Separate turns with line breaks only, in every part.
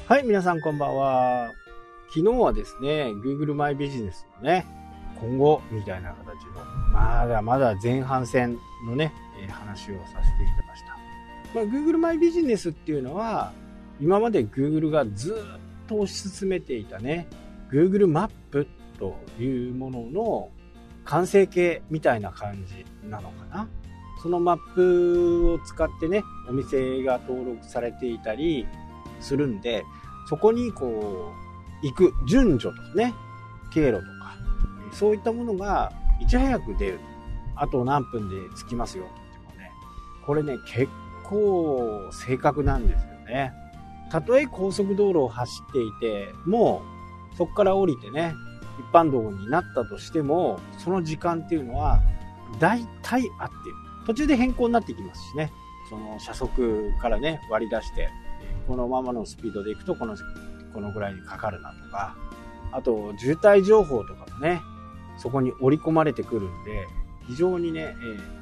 はい、皆さんこんばんは。昨日はですね、Google マイビジネスのね、今後みたいな形の、まだまだ前半戦のね、話をさせていただきました。Google マイビジネスっていうのは、今まで Google がずっと推し進めていたね、Google マップというものの完成形みたいな感じなのかな。そのマップを使ってね、お店が登録されていたりするんで、そこにこう行く順序とかね、経路とか、そういったものがいち早く出る。あと何分で着きますよって言ってもね、これね、結構正確なんですよね。たとえ高速道路を走っていても、そこから降りてね、一般道になったとしても、その時間っていうのは大体合っている。途中で変更になっていきますしね、その車速からね割り出して、このままのスピードで行くとこのぐらいにかかるなとか、あと渋滞情報とかもね、そこに織り込まれてくるんで、非常にね、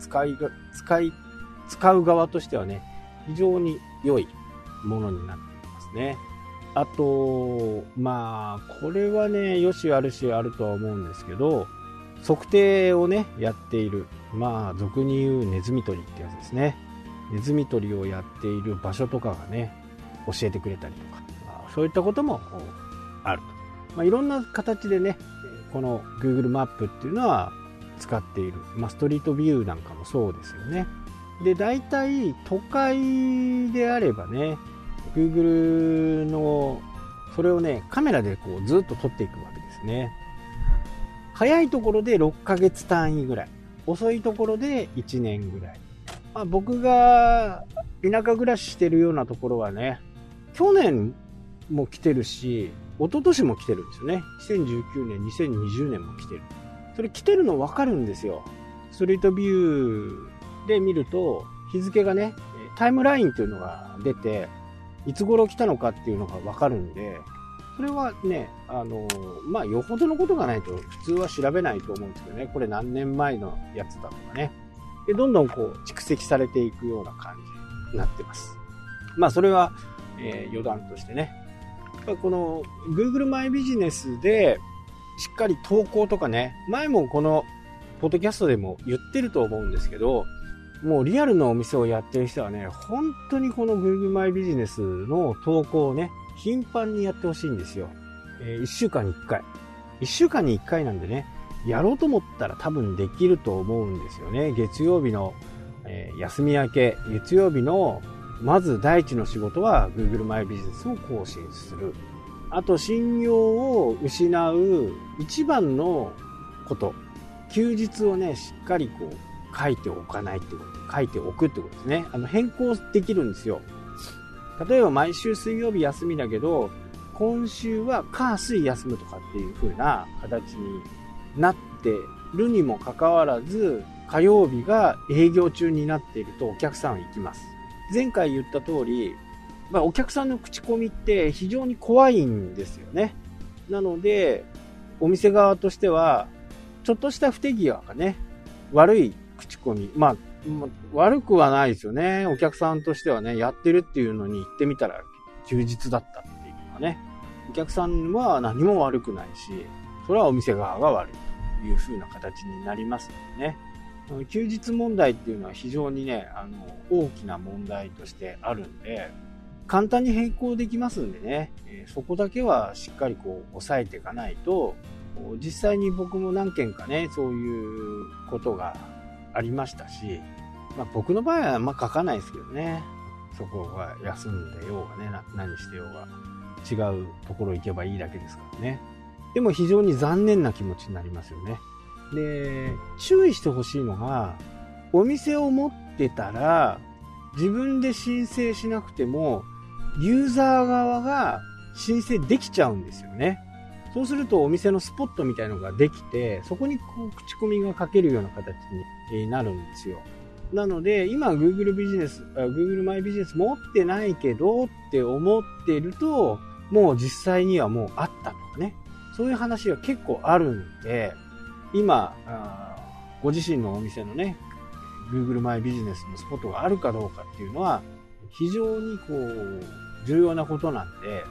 使う側としてはね、非常に良いものになっていますね。あと、これはね、よしあるしあるとは思うんですけど、測定をね、やっている、俗に言うネズミ捕りってやつですね。ネズミ捕りをやっている場所とかがね、教えてくれたりとか、そういったこともあると。いろんな形でね、この Google マップっていうのは使っている。ストリートビューなんかもそうですよね。で、大体都会であればね、Google のそれをね、カメラでこうずっと撮っていくわけですね。早いところで6ヶ月単位ぐらい、遅いところで1年ぐらい。僕が田舎暮らししてるようなところはね、去年も来てるし、一昨年も来てるんですよね。2019年、2020年も来てる。それ来てるの分かるんですよ。ストリートビューで見ると、日付がね、タイムラインっていうのが出て、いつ頃来たのかっていうのが分かるんで、それはね、よほどのことがないと普通は調べないと思うんですけどね、これ何年前のやつだとかね。で、どんどんこう蓄積されていくような感じになってます。それは、余談としてね。この Google マイビジネスでしっかり投稿とかね、前もこのポッドキャストでも言ってると思うんですけど、もうリアルのお店をやってる人はね、本当にこの Google マイビジネスの投稿をね、頻繁にやってほしいんですよ。1週間に1回。1週間に1回なんでね、やろうと思ったら多分できると思うんですよね。月曜日の、休み明け、月曜日のまず第一の仕事は Google マイビジネスを更新する。あと信用を失う一番のこと。休日をね、しっかりこう書いておかないってこと。書いておくってことですね。変更できるんですよ。例えば毎週水曜日休みだけど、今週は火水休むとかっていう風な形になってるにもかかわらず、火曜日が営業中になっているとお客さんは行きます。前回言った通り、お客さんの口コミって非常に怖いんですよね。なので、お店側としては、ちょっとした不手際がね、悪い口コミ、悪くはないですよね。お客さんとしてはね、やってるっていうのに行ってみたら休日だったっていうのはね、お客さんは何も悪くないし、それはお店側が悪いという風な形になりますのでね。休日問題っていうのは非常にね、大きな問題としてあるんで、簡単に変更できますんでね、そこだけはしっかりこう抑えていかないと、実際に僕も何件かね、そういうことがありましたし、僕の場合は書かないですけどね、そこが休んでようがね、何してようが違うところ行けばいいだけですからね。でも非常に残念な気持ちになりますよね。で、注意してほしいのが、お店を持ってたら自分で申請しなくてもユーザー側が申請できちゃうんですよね。そうするとお店のスポットみたいのができて、そこにこう口コミがかけるような形になるんですよ。なので今 Google マイビジネス持ってないけどって思ってると、もう実際にはもうあったとかね、そういう話が結構あるんで、今ご自身のお店のね Google マイビジネスのスポットがあるかどうかっていうのは非常にこう重要なことなんで、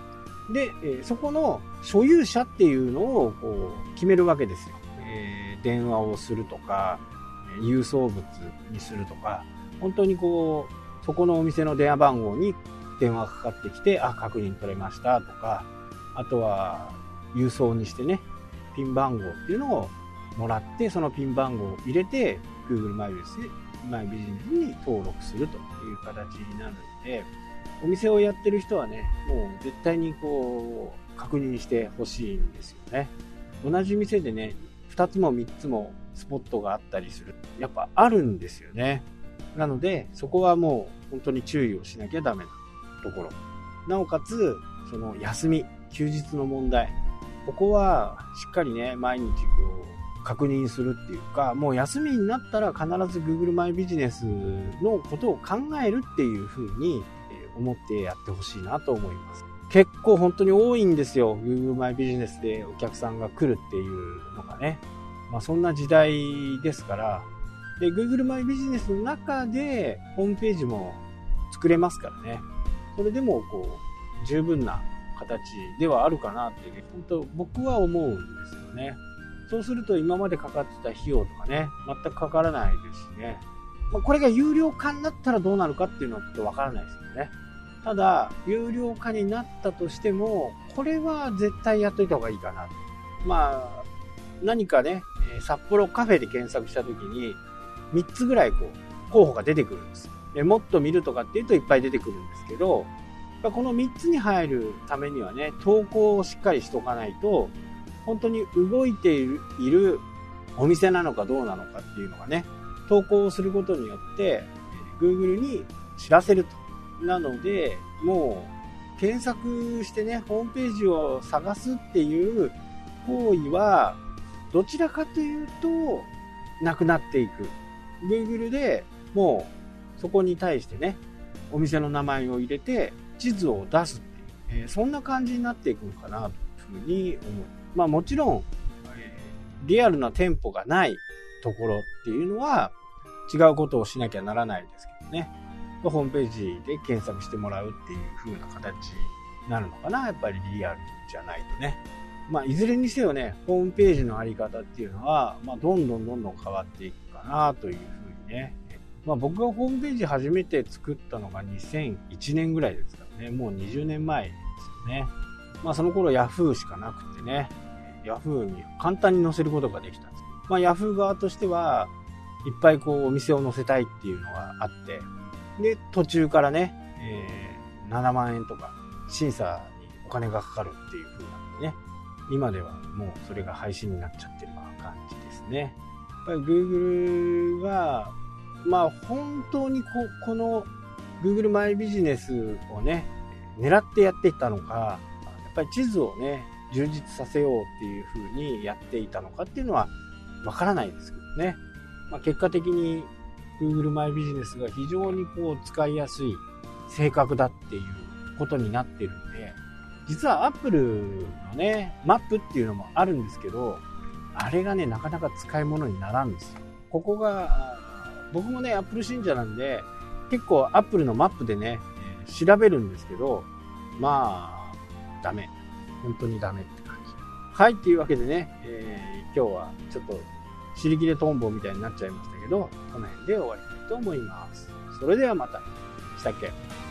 で、そこの所有者っていうのをこう決めるわけですよ。電話をするとか、郵送物にするとか、本当にこう、そこのお店の電話番号に電話がかかってきて、確認取れましたとか、あとは郵送にしてね、ピン番号っていうのをもらって、そのピン番号を入れて Google マイビジネスに登録するという形になるので、お店をやってる人はね、もう絶対にこう確認してほしいんですよね。同じ店でね、2つも3つもスポットがあったりする、やっぱあるんですよね。なのでそこはもう本当に注意をしなきゃダメなところ。なおかつその休み、休日の問題、ここはしっかりね、毎日こう確認するっていうか、もう休みになったら必ず Google マイビジネスのことを考えるっていう風に思ってやってほしいなと思います。結構本当に多いんですよ。Google マイビジネスでお客さんが来るっていうのがね。そんな時代ですから。で、Google マイビジネスの中でホームページも作れますからね。それでもこう十分な形ではあるかなっていう、本当僕は思うんですよね。そうすると今までかかってた費用とかね、全くかからないですしね。これが有料化になったらどうなるかっていうのはちょっとわからないですけどね。ただ、有料化になったとしても、これは絶対やっといた方がいいかな。何かね、札幌カフェで検索したときに、3つぐらいこう候補が出てくるんです。でもっと見るとかっていうといっぱい出てくるんですけど、この3つに入るためにはね、投稿をしっかりしとかないと、本当に動いているお店なのかどうなのかっていうのがね、投稿をすることによって Google に知らせると。なので、もう検索してね、ホームページを探すっていう行為はどちらかというとなくなっていく。 Google でもうそこに対してね、お店の名前を入れて地図を出すっていう、そんな感じになっていくのかなというふうに思う。もちろん、リアルな店舗がないところっていうのは違うことをしなきゃならないですけどね、ホームページで検索してもらうっていう風な形になるのかな。やっぱりリアルじゃないとね。いずれにせよね、ホームページのあり方っていうのは、どんどん変わっていくかなという風にね。僕がホームページ初めて作ったのが2001年ぐらいですからね。もう20年前ですよね。その頃 Yahoo しかなくてね、Yahoo に簡単に載せることができたんです。Yahoo 側としてはいっぱいこうお店を載せたいっていうのがあって、で、途中からね、7万円とか審査にお金がかかるっていう風なんでね、今ではもうそれが廃止になっちゃってるような感じですね。やっぱり Google は、本当にこの Google マイビジネスをね、狙ってやっていったのか、やっぱり地図をね、充実させようっていう風にやっていたのかっていうのはわからないですけどね。結果的にGoogle マイビジネスが非常にこう使いやすい、正確だっていうことになってるんで、実は Apple のね、マップっていうのもあるんですけど、あれがね、なかなか使い物にならんですよ。ここが、僕もね、Apple 信者なんで、結構 Apple のマップでね、調べるんですけど、ダメ。本当にダメって感じ。はい、っていうわけでね、今日はちょっと尻切れトンボみたいになっちゃいましたけど、この辺で終わりたいと思います。それではまた。したっけ。